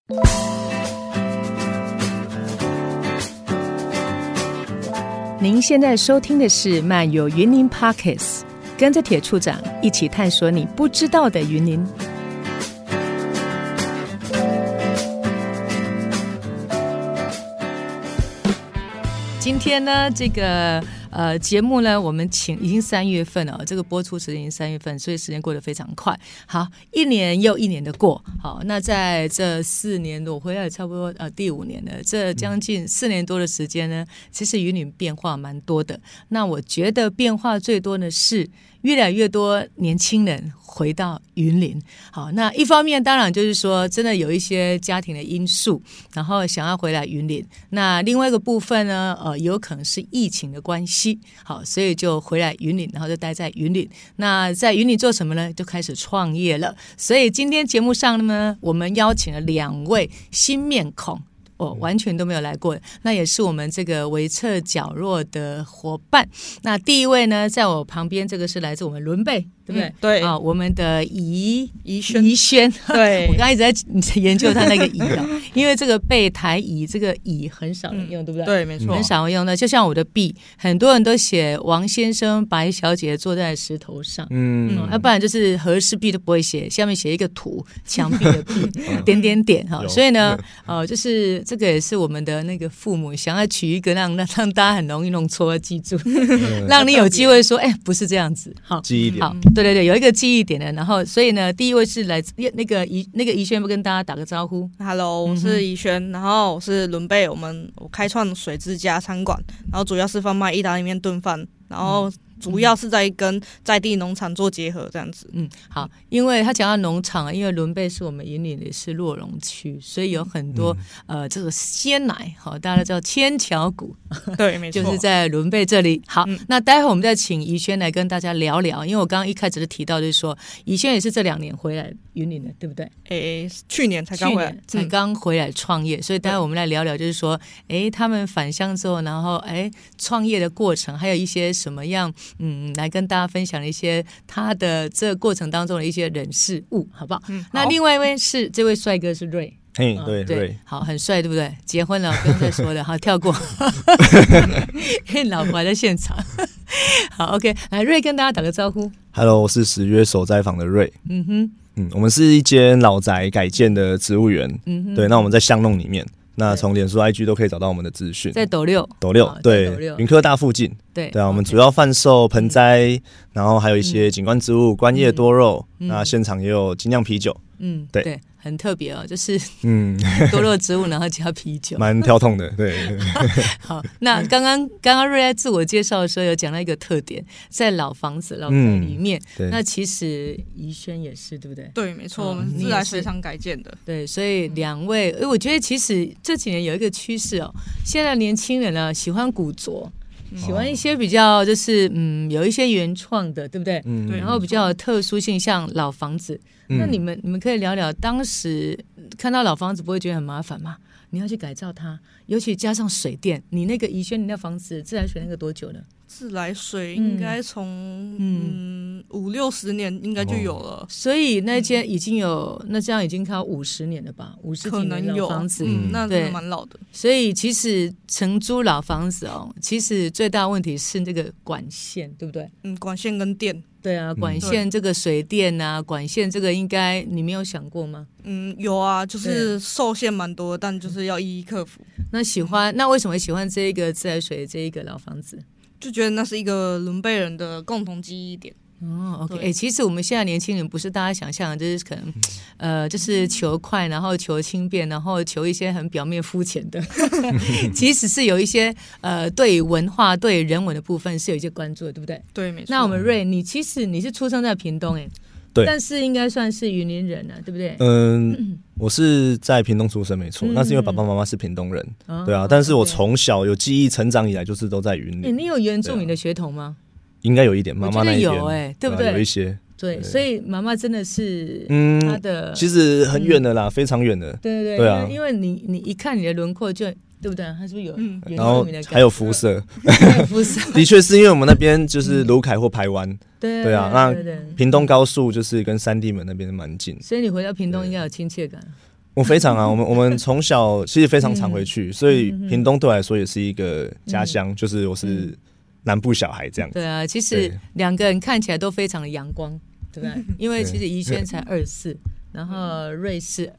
您现在收听的是漫游云林 Podcast， 跟着铁处长一起探索你不知道的云林。今天呢，这个节目呢，我们已经3月份了，这个播出时间已经3月份，所以时间过得非常快。好，一年又一年的过，好，那在这4年多，我回来差不多第5年了，这将近4年多的时间呢，其实云林变化蛮多的。那我觉得变化最多的是越来越多年轻人回到云林。好，那一方面当然就是说真的有一些家庭的因素，然后想要回来云林。那另外一个部分呢，有可能是疫情的关系，好，所以就回来云林，然后就待在云林。那在云林做什么呢？就开始创业了。所以今天节目上呢，我们邀请了2位新面孔。完全都没有来过，那也是我们这个微测角落的伙伴。那第一位呢，在我旁边，这个是来自我们伦贝，对不对？ 对啊，我们的宜轩， 对， 我刚刚一直在研究他那个宜因为这个备台宜，这个宜很少人用，对不对？ 对，没错， 很少人用的。就像我的壁，很多人都写王先生、白小姐坐在石头上，要不然就是和氏璧都不会写，下面写一个图，墙壁的壁，点点点哈。所以呢，就是这个也是我们的那个父母想要取一个让大家很容易弄错记住，让你有机会说，不是这样子，好， 记忆点， 好，对，有一个记忆点的。然后，所以呢，第一位是来自那个宜轩，不跟大家打个招呼 ？Hello， 我是宜轩，然后我是伦贝，我开创水之家餐馆，然后主要是贩卖意大利面炖饭，然后主要是在跟在地农场做结合这样子。 好，因为他讲到农场，因为伦贝是我们云林的是洛荣区，所以有很多这个鲜奶，好，大家都知道千桥谷， 对，没错， 就是在伦贝这里。好，那待会我们再请宜轩来跟大家聊聊，因为我刚刚一开始就提到，就是说宜轩也是这2年回来云林的，对不对？ 去年才刚回来， 才刚回来创业，所以待会我们来聊聊，就是说，他们返乡之后，然后创业的过程，还有一些什么样。来跟大家分享一些他的这个过程当中的一些人事物，好不好？那另外一位是这位帅哥是瑞， 对，瑞， 好，很帅，对不对？结婚了，不用再说了，好，跳过，因为老婆还在现场。好 ，OK， 来，瑞跟大家打个招呼。 Hello， 我是10月手栽坊的瑞。我们是一间老宅改建的植物园。对，那我们在巷弄里面。那从脸书 IG 都可以找到我们的资讯， 在斗六， 对，云科大附近，对啊，我们主要贩售盆栽，然后还有一些景观植物、观叶多肉，那现场也有精酿啤酒，对， 很特别哦，就是多肉植物，然后加啤酒， 蛮跳痛的，对。 好，那刚刚瑞在自我介绍的时候有讲到一个特点，在老房子老宅里面，那其实宜轩也是，对不对？ 对，没错，我们自来水厂改建的， 对，所以2位，我觉得其实这几年有一个趋势哦，现在年轻人呢喜欢古着。喜欢一些比较就是有一些原创的，对不对？然后比较有特殊性，像老房子。那你们可以聊聊，当时看到老房子不会觉得很麻烦吗？你要去改造它，尤其加上水电。你那个宜轩，你那房子自来水那个多久了？ 自来水应该从50-60年应该就有了， 所以那间已经有，那这样已经靠50年了吧？50几年老房子， 那真的蛮老的。 所以其实承租老房子其实最大问题是这个管线，对不对？ 管线跟电。 对啊，管线这个水电啊，管线这个应该你没有想过吗？ 有啊，就是受限蛮多的，但就是要一一克服。 那为什么喜欢这一个自来水这一个老房子？ 就觉得那是一个伦贝人的共同记忆点。 OK， 其实我们现在年轻人不是大家想象的，就是可能就是求快，然后求轻便，然后求一些很表面肤浅的，其实是有一些对文化、对人文的部分是有一些关注的，对不对？ 对，没错。 那我们瑞，你其实你是出生在屏东对， 但是应该算是云林人啊，对不对？ 我是在屏东出生，没错，那是因为爸爸妈妈是屏东人，对啊。但是我从小有记忆，成长以来就是都在云林。 你有原住民的血统吗？ 应该有一点，妈妈那一边有对不对？ 有一些。 对，所以妈妈真的是她的， 其实很远的啦，非常远的。 对对啊， 因为你一看你的轮廓就。对不对？它是不是有原住民的感觉？ 还有肤色， 肤色的确是因为我们那边就是鲁凯或排湾， 对啊，那屏东高速就是跟三地门那边蛮近， 所以你回到屏东应该有亲切感。 我非常啊，我们从小其实非常常回去，所以屏东对我来说也是一个家乡，就是我是南部小孩这样子。 对啊，其实两个人看起来都非常的阳光，对不对？因为其实宜轩才24，然后瑞是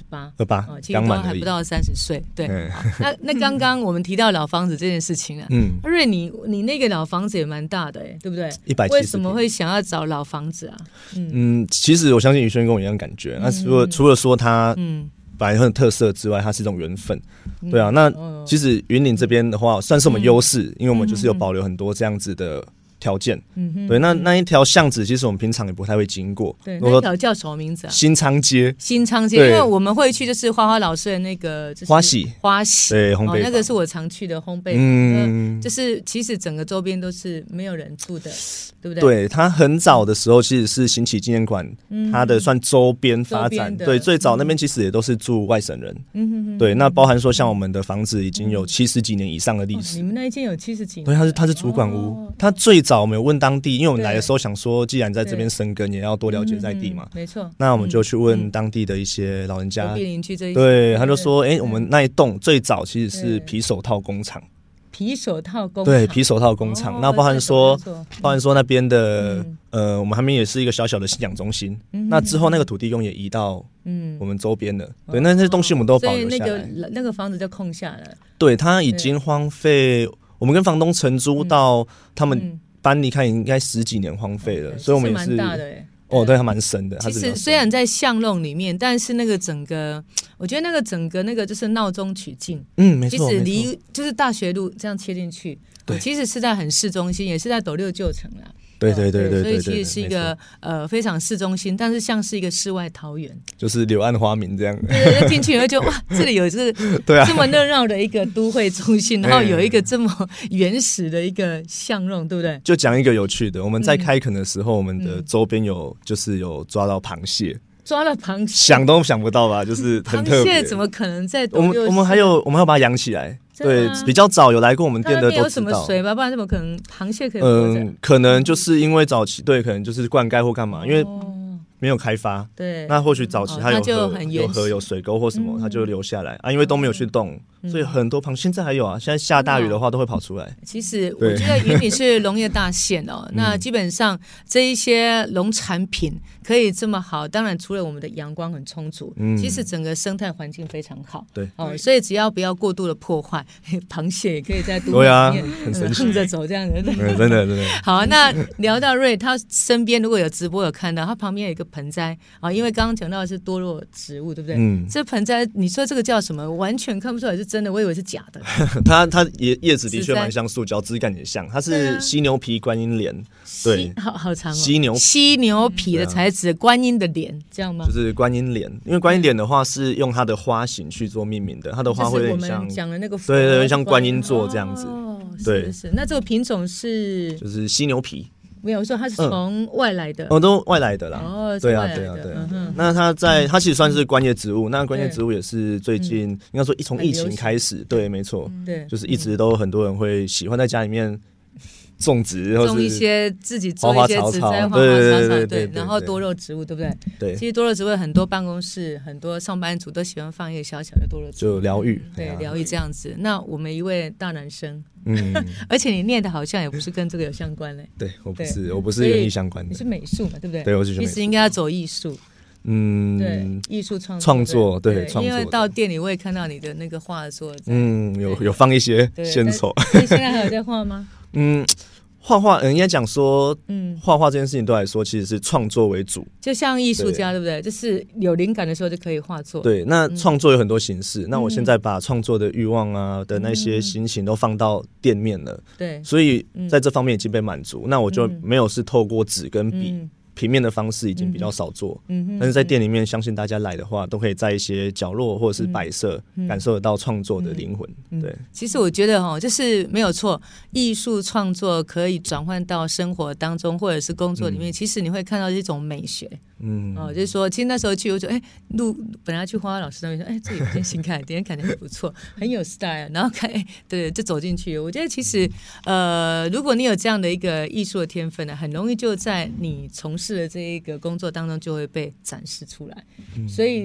28，其实都还不到30岁。对，那刚刚我们提到老房子这件事情啊，瑞你那个老房子也蛮大的对不对 ？170。 为什么会想要找老房子啊？ 其实我相信宇轩跟我一样感觉。那除了说它本来很有特色之外，它是一种缘分。对啊，那其实云林这边的话，算是我们优势，因为我们就是有保留很多这样子的条件。对，那一条巷子其实我们平常也不太会经过。 对，那条叫什么名字啊？ 新昌街， 因为我们会去就是花花老师的那个花喜， 对， 烘焙那个是我常去的烘焙坊。就是其实整个周边都是没有人住的，对不对？ 对，它很早的时候其实是新起纪念馆，它的算周边发展。对，最早那边其实也都是住外省人。对，那包含说像我们的房子已经有70几年以上的历史。 你们那一间有70几年？ 对，它是主管屋，它最早我们有问当地，因为我们来的时候想说，既然在这边生根，也要多了解在地嘛。 没错。 那我们就去问当地的一些老人家， 隔壁邻居这一些。 对，他就说，我们那一栋最早其实是皮手套工厂。 皮手套工厂。 对，皮手套工厂。那包含说那边的我们那边也是一个小小的信仰中心。那之后那个土地公也移到我们周边了。对，那些东西我们都保留下来。 所以那个房子就空下来了。 对，它已经荒废。我们跟房东承租到他们搬离开应该10几年荒废了，所以我们也是蛮大的对，它蛮深的。 其实虽然在巷弄里面，但是那个整个，我觉得那个整个那个就是闹中取静。 没错。 其实离就是大学路这样切进去，对，其实是在很市中心，也是在斗六旧城啦。 对，所以其实是一个非常市中心，但是像是一个世外桃源， 就是柳暗花明这样。 对，进去你会觉得哇，这里有这个这么热闹的一个都会中心，然后有一个这么原始的一个巷弄，对不对？ 就讲一个有趣的，我们在开垦的时候，我们的周边有抓到螃蟹。 抓了螃蟹， 想都想不到吧？就是很特别。 螃蟹怎么可能在我们还要把它养起来。对，比较早有来过我们店的都知道。 有什么水吧？不然怎么可能螃蟹可以活着？ 可能就是因为早期可能就是灌溉或干嘛，因为没有开发。 对， 那或许早期它有河有水沟或什么，它就留下来啊。因为都没有去动，所以很多螃蟹现在还有啊。现在下大雨的话都会跑出来。 其实我觉得云林是农业大县那基本上这一些农产品可以这么好，当然除了我们的阳光很充足，其实整个生态环境非常好。 对所以只要不要过度的破坏，螃蟹也可以在都会里面横着走这样的。 真的。 好，那聊到瑞，他身边如果有直播有看到，他旁边有一个盆栽因为刚刚讲到的是多肉植物，对不对？这盆栽你说这个叫什么？完全看不出来是真的，我以为是假的。 它叶子的确蛮像塑胶，质感也像，它是犀牛皮观音莲。对， 好长犀牛皮的材质，观音的莲，这样吗？ 就是观音莲，因为观音莲的话是用它的花型去做命名的，它的花会很像讲的那个对，像观音座这样子。对， 是。那这个品种是就是犀牛皮。 没有说它是从外来的， 都外来的啦。对啊。那它其实算是观叶植物，那观叶植物也是最近应该说从疫情开始，对，没错，对，就是一直都很多人会喜欢在家里面种植， 种一些自己做一些植栽、花花草草，对，然后多肉植物，对不对？ 对， 其实多肉植物很多办公室、很多上班族都喜欢放一个小小的多肉植物， 就疗愈， 对，疗愈这样子。那我们一位大男生。而且你念的好像也不是跟这个有相关嘞。 对，我不是园艺相关的。 你是美术嘛，对不对？ 对，我是学美术。 其实应该要走艺术。对，艺术创作， 对， 因为到店里我也看到你的那个画作， 有放一些线索。 你现在还有在画吗？ 画画，应该讲说，画画这件事情对我来说其实是创作为主， 就像艺术家，对不对？就是有灵感的时候就可以画作。 对，那创作有很多形式，那我现在把创作的欲望的那些心情都放到店面了， 对， 所以在这方面已经被满足，那我就没有是透过纸跟笔。平面的方式已经比较少做，但是在店里面，相信大家来的话，都可以在一些角落或者是摆设，感受得到创作的灵魂。对， 其实我觉得就是没有错，艺术创作可以转换到生活当中或者是工作里面，其实你会看到一种美学。就是说，其实那时候去，我就本来去花花老师那边说，这里有间新开的店，感觉很不错，很有 style， 然后看，对，就走进去。我觉得其实，如果你有这样的一个艺术的天分呢，很容易就在你从事的这一个工作当中就会被展示出来。所以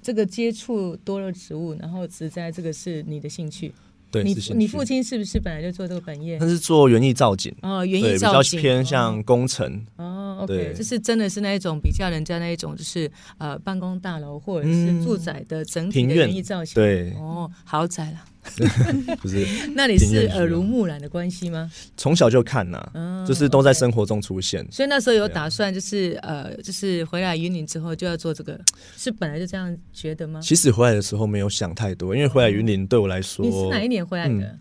这个接触多肉植物，然后植栽，这个是你的兴趣。 对， 你父亲是不是本来就做这个本业？ 他是做园艺造景园艺造景比较偏向工程 OK， 就是真的是那一种比较人家那一种就是办公大楼或者是住宅的整体的园艺造型， 对豪宅啦。 不是那你是耳濡目染的关系吗？ 从小就看就是都在生活中出现。 所以那时候有打算就是就是回来云林之后就要做这个，是本来就这样觉得吗？ 其实回来的时候没有想太多，因为回来云林对我来说， 你是哪一年回来的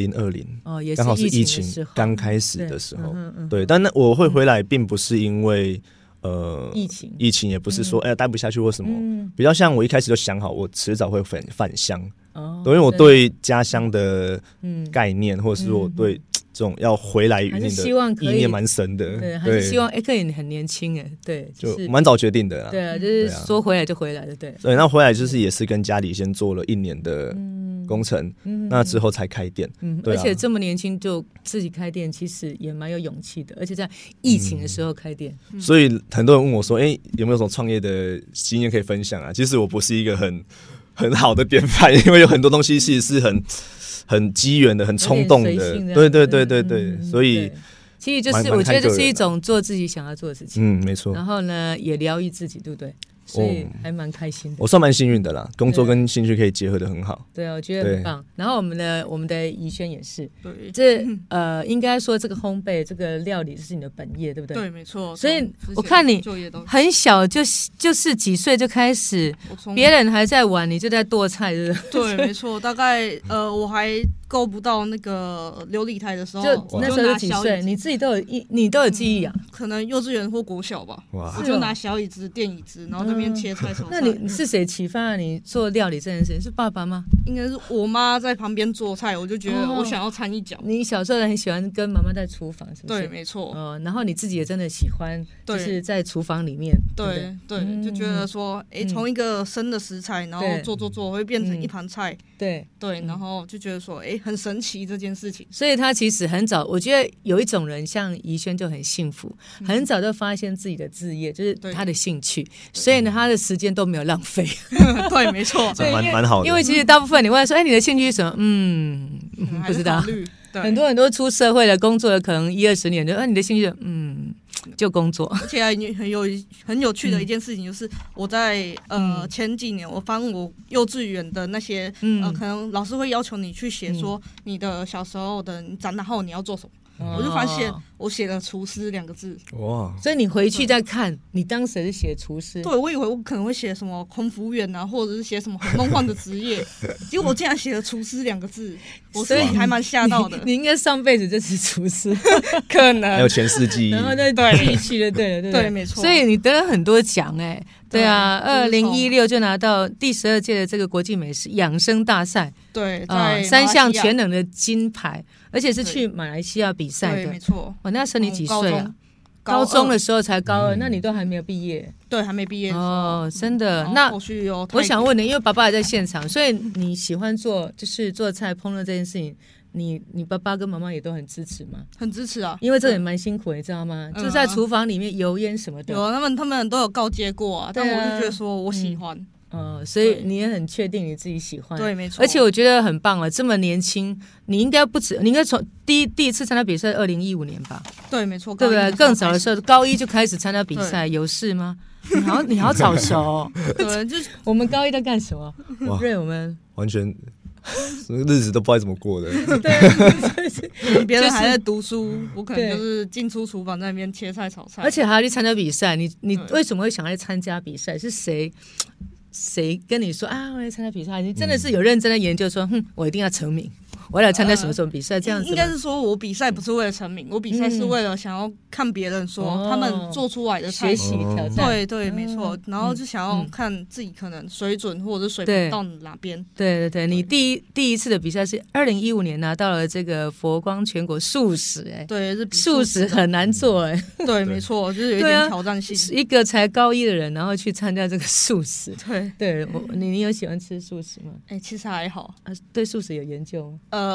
？2020 也是刚好是疫情刚开始的时候。对，但我会回来并不是因为疫情也不是说待不下去或什么，比较像我一开始就想好我迟早会返乡。因为我对家乡的概念，或者是我对这种要回来云林的意念蛮深的。 对，还是希望可以很年轻对， 就蛮早决定的啦。 对啊，就是说回来就回来的，对。 对，那回来就是也是跟家里先做了1年的工程，那之后才开店。 而且这么年轻就自己开店，其实也蛮有勇气的，而且在疫情的时候开店。 所以很多人问我说：“有没有什么创业的经验可以分享啊？”其实我不是一个很好的典范，因为有很多东西其实是很机缘的、很冲动的。对，所以其实就是我觉得这是一种做自己想要做的事情。 没错。 然后呢，也疗愈自己，对不对？所以还蛮开心的。 我算蛮幸运的啦，工作跟兴趣可以结合得很好。 对啊，我觉得很棒。然后我们的怡萱也是， 对， 这应该说这个烘焙这个料理是你的本业，对不对？ 对，没错。 所以我看你很小就是几岁就开始，别人还在玩，你就在剁菜，对不对？对，没错。大概我还够不到那个流理台的时候， 那时候几岁？你自己你都有记忆啊？ 可能幼稚园或国小吧。我就拿小椅子、电椅子，然后这边切菜炒菜。 那你是谁启发了你做料理这件事情？是爸爸吗？ 应该是我妈在旁边做菜，我就觉得我想要掺一脚。 你小时候很喜欢跟妈妈在厨房，是不是？ 对，没错。 然后你自己也真的喜欢，就是在厨房里面。 对，就觉得说，从一个生的食材，然后做会变成一盘菜。对，然后就觉得说，很神奇这件事情。 所以他其实很早，我觉得有一种人像怡萱就很幸福，很早就发现自己的志业就是他的兴趣，所以呢，他的时间都没有浪费。 对，没错， 蛮好的。 因为其实大部分你问说，你的兴趣是什么？不知道。很多人都出社会了，工作了可能10-20年，就你的兴趣就工作。 而且很有趣的一件事情就是我在前几年我翻我幼稚园的那些可能老师会要求你去写说你的小时候的你长大后你要做什么。我就发现我写了厨师2个字。 哇！ 所以你回去再看，你当时是写厨师。 对，我以为我可能会写什么空服员啊，或者是写什么很梦幻的职业，结果我竟然写了厨师2个字，我所以还蛮吓到的。 你应该上辈子就是厨师， 可能还有前世记忆， 然后再继续的，对，没错。所以你得了很多奖对啊，2016就拿到第12届的这个国际美食养生大赛， 对 ，3项全能的金牌，而且是去马来西亚比赛的， 对，没错。 那时候你几岁啊？高中的时候才高2，那你都还没有毕业？ 对，还没毕业真的。那我想问你，因为爸爸也在现场，所以你喜欢就是做菜烹饪这件事情。你爸爸跟妈妈也都很支持吗？ 很支持啊， 因为这也蛮辛苦，你知道吗？就在厨房里面油烟什么的。 有他们都有告诫过啊，但我就觉得说我喜欢。 所以你也很确定你自己喜欢。 对，没错。 而且我觉得很棒这么年轻，你应该不止，你应该从第一次参加比赛2015年吧？ 对，没错。 对不对？更早的时候，高1就开始参加比赛，有事吗？你好早熟。 对，就是我们高1在干什么？对，我们完全。日子都不知道怎么过的。 对，别人还在读书，我可能就是进出厨房在那边切菜炒菜， 而且还要去参加比赛。你为什么会想要去参加比赛？是谁跟你说我要参加比赛？你真的是有认真的研究说，我一定要成名，我要来参加什么比赛这样子？ 应该是说我比赛不是为了成名，我比赛是为了想要看别人说他们做出来的菜， 学习挑战。 对，没错。然后就想要看自己可能水准或者是水平到哪边。 对，你第一次的比赛是2015年拿到了这个佛光全国素食， 对，是素食很难做对，没错，就是有一点挑战性。 一个才高1的人，然后去参加这个素食。 对， 你有喜欢吃素食吗？ 其实还好。 对素食有研究吗？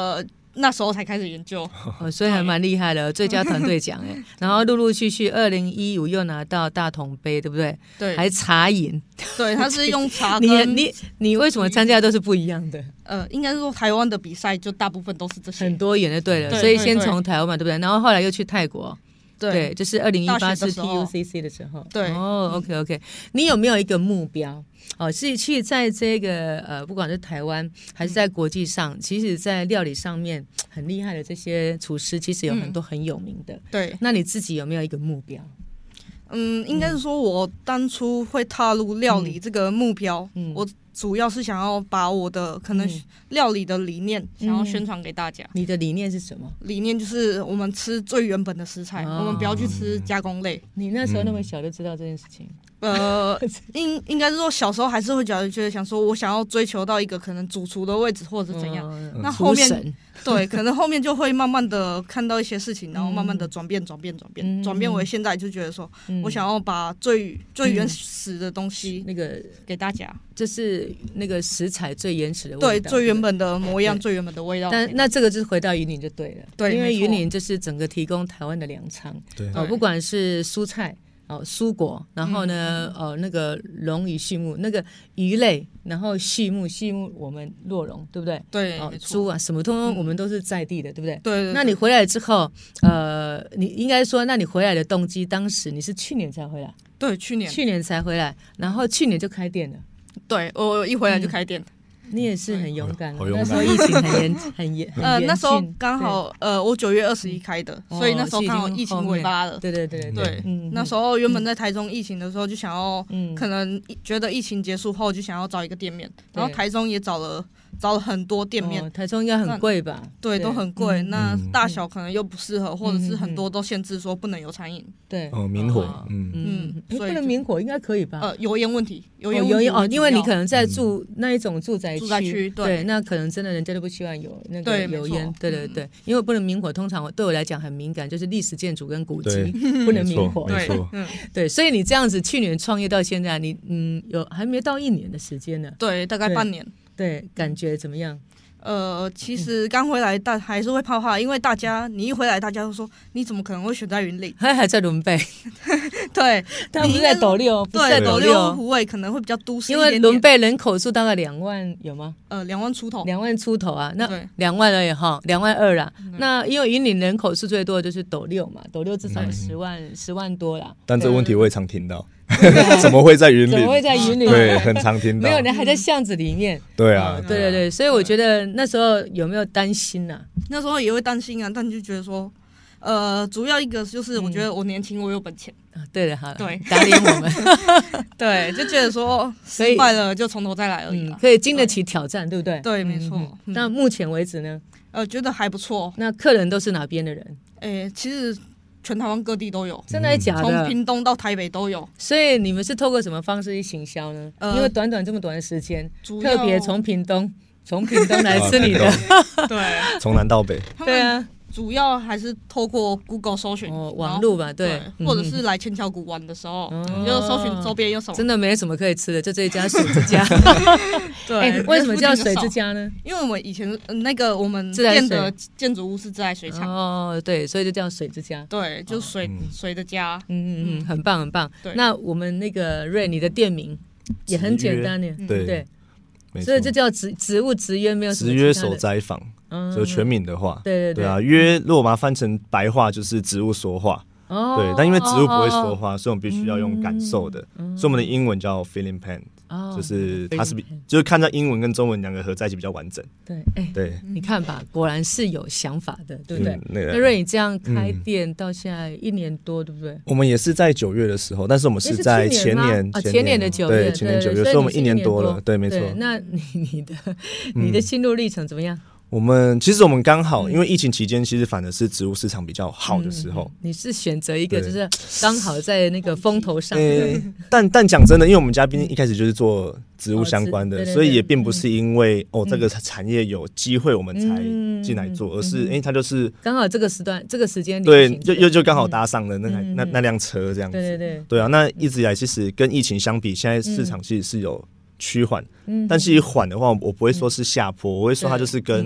那时候才开始研究， 所以还蛮厉害的，最佳团队奖哎，然后陆陆续续2015又拿到大同杯，对不对？ 对， 还茶饮， 对，他是用茶跟你为什么参加都是不一样的？ 应该是说台湾的比赛就大部分都是这些， 很多元的，对了，所以先从台湾嘛，对不对？然后后来又去泰国。对，就是2018是 TUCC 的时候。 对， 哦 ，OK， 你有没有一个目标？是去在这个不管是台湾还是在国际上，其实在料理上面很厉害的这些厨师，其实有很多很有名的。 对， 那你自己有没有一个目标？ 应该是说我当初会踏入料理这个目标，我主要是想要把我的可能料理的理念想要宣传给大家。 你的理念是什么？ 理念就是我们吃最原本的食材，我们不要去吃加工类。 你那时候那么小就知道这件事情？ 应该是说小时候还是会觉得想说我想要追求到一个可能主厨的位置或者是怎样，那后面对可能后面就会慢慢的看到一些事情，然后慢慢的转变为现在就觉得说我想要把最原始的东西那个给大家， 就是那个食材最原始的味道， 对，最原本的模样，最原本的味道。 但那这个就是回到云林就对了， 对， 因为云林就是整个提供台湾的粮仓， 对， 不管是蔬菜。蔬果，然后呢，那个龙与畜牧，那个鱼类，然后畜牧我们洛龙，对不对？ 对， 猪啊，什么通通我们都是在地的，对不对？ 对。 那你回来之后，你应该说，那你回来的动机，当时你是去年才回来？ 对，去年才回来，然后去年就开店了。 对，我一回来就开店。 你也是很勇敢， 那时候疫情很严那时候刚好我9月21开的，所以那时候刚好疫情尾巴了。 对， 那时候原本在台中疫情的时候就想要，可能觉得疫情结束后就想要找一个店面，然后台中也找了很多店面。 台中应该很贵吧？ 对，都很贵。那大小可能又不适合，或者是很多都限制说不能有餐饮。 对， 明火， 不能明火应该可以吧？ 油烟问题， 因为你可能在住那一种住宅区，对，那可能真的人家都不希望有那个油烟，对，因为不能明火，通常对我来讲很敏感，就是历史建筑跟古迹不能明火， 没错， 对，所以你这样子去年创业到现在，你有还没到1年的时间呢， 对，大概半年， 对，感觉怎么样？ 其实刚回来，但还是会怕，因为你一回来，大家都说你怎么可能会选在云林？ 还在伦贝， 对， 他不是在斗六， 不是在斗六虎尾，可能会比较都市一点点。 因为伦贝人口数大概2万有吗 ？2万出头，2 万出头啊，那2万而已哈，2万2啦。那因为云林人口数最多的就是斗六嘛，斗六至少10万多啦。 但这个问题我也常听到。怎么会在云林？对，很常听到。 没有，人还在巷子里面。 对啊， 对，所以我觉得那时候有没有担心啊？ 那时候也会担心啊，但就觉得说，主要一个就是我觉得我年轻，我有本钱。 对的，好， 对， 打脸我们。 对，就觉得说失败了就从头再来而已， 可以经得起挑战，对不对？ 对，没错。 那目前为止呢？ 觉得还不错。 那客人都是哪边的人？ 其实。全台湾各地都有， 真的假的？ 从屏东到台北都有。 所以你们是透过什么方式去行销呢？因为短这么短的时间，特别从屏东来吃你的， 对， 从南到北， 对啊。 主要还是透过 Google 搜寻网路吧，对， 或者是来千桥谷玩的时候，你就搜寻周边有什么。 真的没什么可以吃的，就这一家水之家。对，为什么叫水之家呢？ 因为我们以前我们店的建筑物是自来水厂， 对，所以就叫水之家。 对，就是水的家。 很棒。那我们那个瑞，你的店名也很简单呢，对。所以这叫植物植约，没有什么植约手摘坊，就全名的话， 对啊，约如果把它翻成白话就是植物说话，对，但因为植物不会说话，所以我们必须要用感受的，所以我们的英文叫 feeling pan，就是它是就是看在英文跟中文两个合在一起比较完整。对， 你看吧，果然是有想法的，对不对？那瑞，你这样开店到现在1年多，对不对？ 我们也是在9月的时候，但是我们是在前年的9月，对，前年9月，所以我们1年多了，对，没错。 那你的心路历程怎么样？ 其实我们刚好，因为疫情期间，其实反而是植物市场比较好的时候。 你是选择一个就是刚好在那个风头上。 但讲真的，因为我们家毕竟一开始就是做植物相关的，所以也并不是因为这个产业有机会我们才进来做，而是它就是刚好这个时段这个时间对，就刚好搭上了那辆车这样子。对啊，那一直以来其实跟疫情相比，现在市场其实是有趋缓，但是缓的话，我不会说是下坡，我会说它就是跟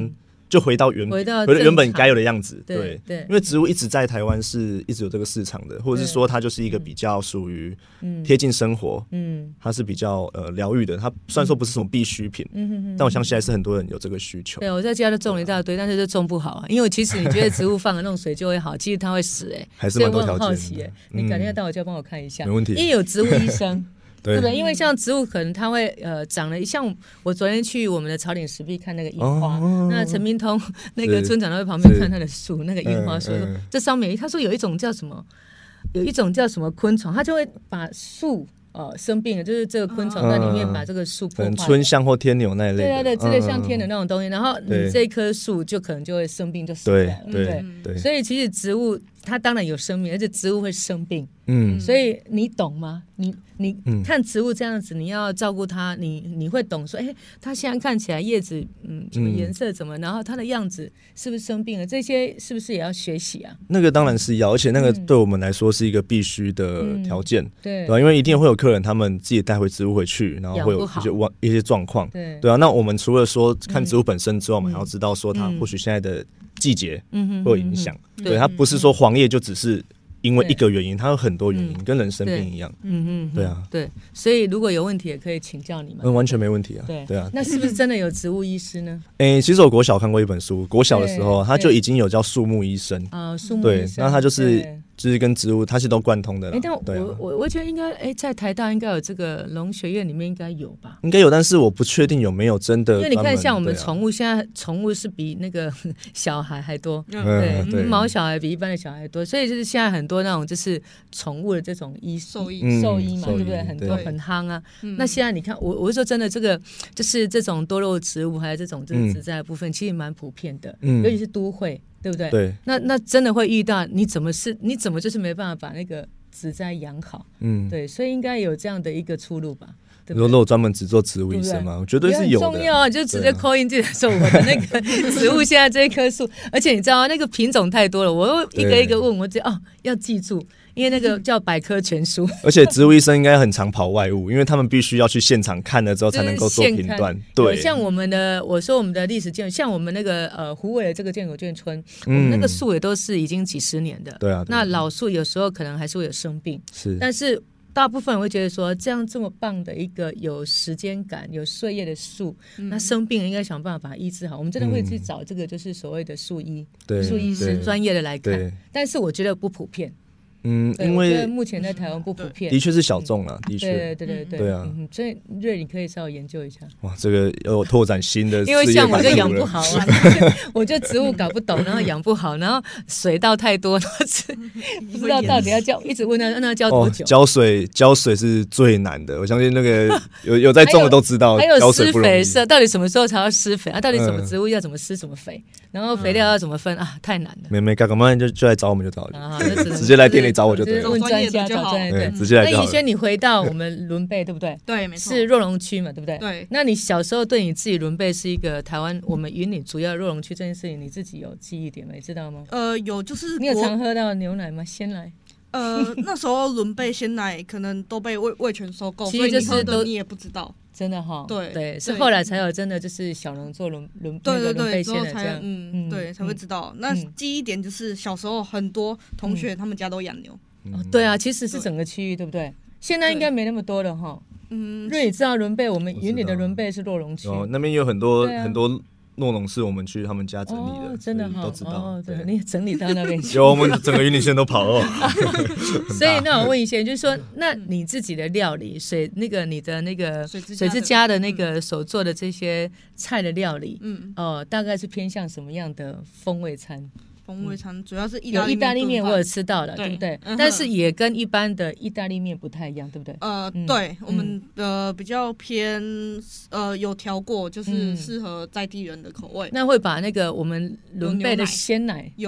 就回到原本该有的样子。对，因为植物一直在台湾是一直有这个市场的，或者是说它就是一个比较属于贴近生活，它是比较疗愈的。它虽然说不是什么必需品，但我相信还是很多人有这个需求。 对，我在家都种了一大堆，但是都种不好啊。因为其实你觉得植物放了那种水就会好，其实它会死还是蛮多条件的。 所以我很好奇你改天要到我家帮我看一下， 没问题。 因为有植物医生。对不对？因为像植物可能它会长了，像我昨天去我们的草岭石壁看那个樱花，那陈明通那个村长都在旁边看他的树，那个樱花说这上面他说有一种叫什么昆虫，它就会把树生病了，就是这个昆虫在里面把这个树破坏， 春象或天牛那一类的， 对，之类像天牛那种东西，然后你这棵树就可能就会生病，就死了，对。所以其实植物它当然有生命，而且植物会生病，所以你懂吗？你看植物这样子，你要照顾它，你会懂说，它现在看起来叶子什么颜色怎么，然后它的样子是不是生病了？这些是不是也要学习啊？ 那个当然是要，而且那个对我们来说是一个必须的条件，对吧？因为一定会有客人他们自己带回植物回去，然后会有一些状况，对啊。那我们除了说看植物本身之外，我们还要知道说它或许现在的季节会有影响，对，它不是说黄叶就只是因为一个原因，它有很多原因，跟人生病一样。对啊， 对，所以如果有问题也可以请教你们。 完全没问题啊。对啊， 那是不是真的有植物医师呢？ 其实我国小看过一本书，国小的时候他就已经有叫树木医生啊，树木医生。 对，那他就是跟植物它是都贯通的。 但我觉得应该在台大应该有这个农学院里面应该有吧？ 应该有，但是我不确定有没有真的。 因为你看，像我们宠物，现在宠物是比那个小孩还多，对，毛小孩比一般的小孩多，所以就是现在很多那种就是宠物的这种兽医嘛，对不对？很多很夯啊。那现在你看，我是说真的，这个就是这种多肉植物还有这种植栽的部分，其实蛮普遍的，尤其是都会。对不对？ 对， 那真的会遇到你怎么就是没办法把那个植栽养好？对，所以应该有这样的一个出路吧？对不对？ 如果我专门只做植物医生吗？我觉得是有的。 很重要，就直接 call in 进来说我的那个植物现在这一棵树，而且你知道那个品种太多了，我一个一个问，我要记住。因为那个叫百科全书， 而且植物医生应该很常跑外务，因为他们必须要去现场看了之后才能够做评断。对， 像我们的历史建筑，像我们那个虎尾的这个建国眷村，我们那个树也都是已经几十年的。 对啊， 那老树有时候可能还是会有生病，但是大部分人会觉得说，这么棒的一个有时间感、有岁月的树，那生病了应该想办法把它医治好。我们真的会去找这个，就是所谓的树医师专业的来看，但是我觉得不普遍。因为目前在台湾不普遍， 的确是小众了，的确， 对啊，所以瑞你可以稍微研究一下。 哇，这个要拓展新的事业， 因为像我就养不好啊，我就植物搞不懂，然后养不好，然后水倒太多，不知道到底要浇，一直问他让他浇多久。 浇水是最难的，我相信那个有在种的都知道。 还有施肥是到底什么时候才要施肥啊？到底什么植物要怎么施什么肥？然后肥料要怎么分啊？太难了。 没干嘛就来找我们就好了，直接来店里找我就对了。 问专家找专业， 直接来就好了。 那宜轩，你回到我们伦贝，对不对？ 对，没错， 是肉农区嘛，对不对？ 对。 那你小时候对你自己伦贝是一个台湾我们云林主要肉农区这件事情，你自己有记忆点吗？你知道吗？ 有，就是你有常喝到牛奶吗？鲜奶？ 那时候伦贝鲜奶可能都被味全收购，所以你喝的你也不知道。 真的哈， 对， 是后来才有真的就是小农做伦贝鲜奶这样， 对，才会知道。那记忆点就是小时候很多同学他们家都养牛， 对啊，其实是整个区域，对不对？现在应该没那么多了哈。瑞，你知道伦贝，我们云林的伦贝是肉农区， 那边有很多诺农是我们去他们家整理的， 真的都知道。 对，你整理到那边去， 有我们整个云林县都跑了。 所以那我问一下，就是说，那你自己的料理你的那个水之家的那个手做的这些菜的料理，大概是偏向什么样的风味餐？ 风味餐主要是有意大利面，我有吃到了，对不对？但是也跟一般的意大利面不太一样，对不对？ 对，我们比较偏有调过，就是适合在地人的口味。 那会把那个我们伦贝的鲜奶有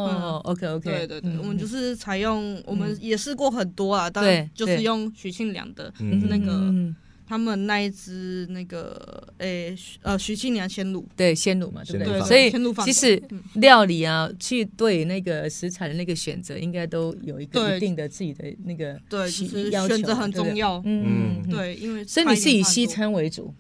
OK， 对，我们就是采用，我们也试过很多啊，但就是用许庆良的那个。他们那一支那个许庆良鲜乳， 对鲜乳嘛，对不对？ 所以其实料理啊，去对那个食材的那个选择，应该都有一个一定的自己的那个对，就是选择很重要。 对，因为所以你是以西餐为主。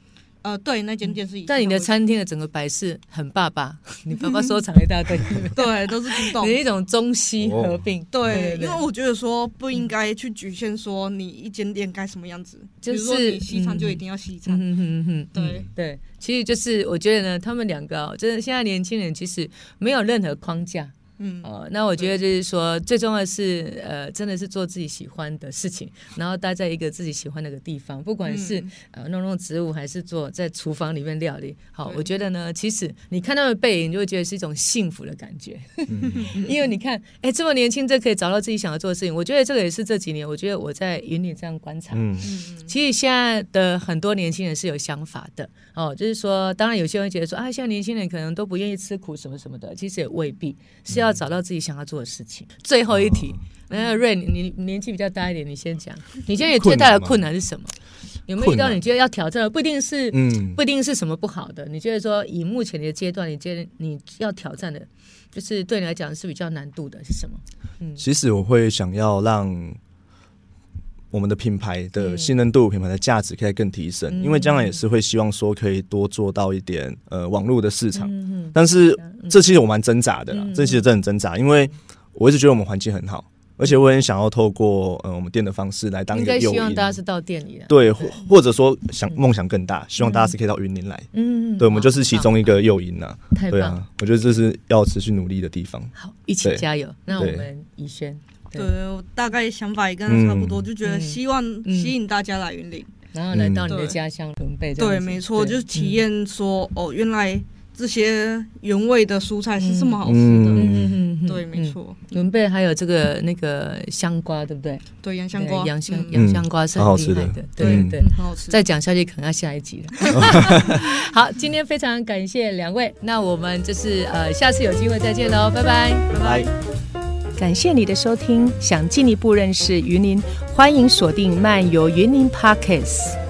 对，那间店是以前。 但你的餐厅的整个摆饰很爸爸，你爸爸收藏一大堆， 对，都是古董， 有一种中西合并。 对，因为我觉得说不应该去局限说你一间店该什么样子，就是比如说你西餐就一定要西餐。对对，其实就是我觉得呢，他们两个真的现在年轻人其实没有任何框架。那我觉得就是说，最重要的是，真的是做自己喜欢的事情，然后待在一个自己喜欢的一个地方，不管是弄植物，还是做在厨房里面料理。好，我觉得呢，其实你看他们背影，你就会觉得是一种幸福的感觉，因为你看，这么年轻，这可以找到自己想要做的事情。我觉得这个也是这几年，我觉得我在云林这样观察，其实现在的很多年轻人是有想法的就是说，当然有些人会觉得说现在年轻人可能都不愿意吃苦什么什么的，其实也未必，是要找到自己想要做的事情。最后一题，瑞，你年纪比较大一点，你先讲，你现在最大的困难是什么？有没有遇到你觉得要挑战的？不一定是什么不好的。你觉得说以目前的阶段，你觉得你要挑战的，就是对你来讲是比较难度的是什么？ 其实我会想要让我们的品牌的信任度、品牌的价值可以更提升，因为将来也是会希望说可以多做到一点网络的市场，但是这其实我蛮挣扎的啦，这其实真的很挣扎，因为我一直觉得我们环境很好，而且我很想要透过我们店的方式来当一个诱因， 应该希望大家是到店里来， 对，或者说梦想更大，希望大家是可以到云林来，对，我们就是其中一个诱因啊，对啊，我觉得这是要持续努力的地方。 好，一起加油。那我们宜萱。 对，我大概想法也跟他差不多，就觉得希望吸引大家来云林， 然后来到你的家乡伦贝。 对，没错，就是体验说原来这些原味的蔬菜是这么好吃的。对，没错。 伦贝还有这个那个香瓜，对不对？ 对，洋香瓜， 洋香瓜是很厉害的，对， 很好吃。 再讲下去可能要下一集了。好，今天非常感谢两位，那我们就是下次有机会再见喽，拜拜， 拜拜。 感谢你的收听，想进一步认识云林，欢迎锁定漫游云林 Podcast。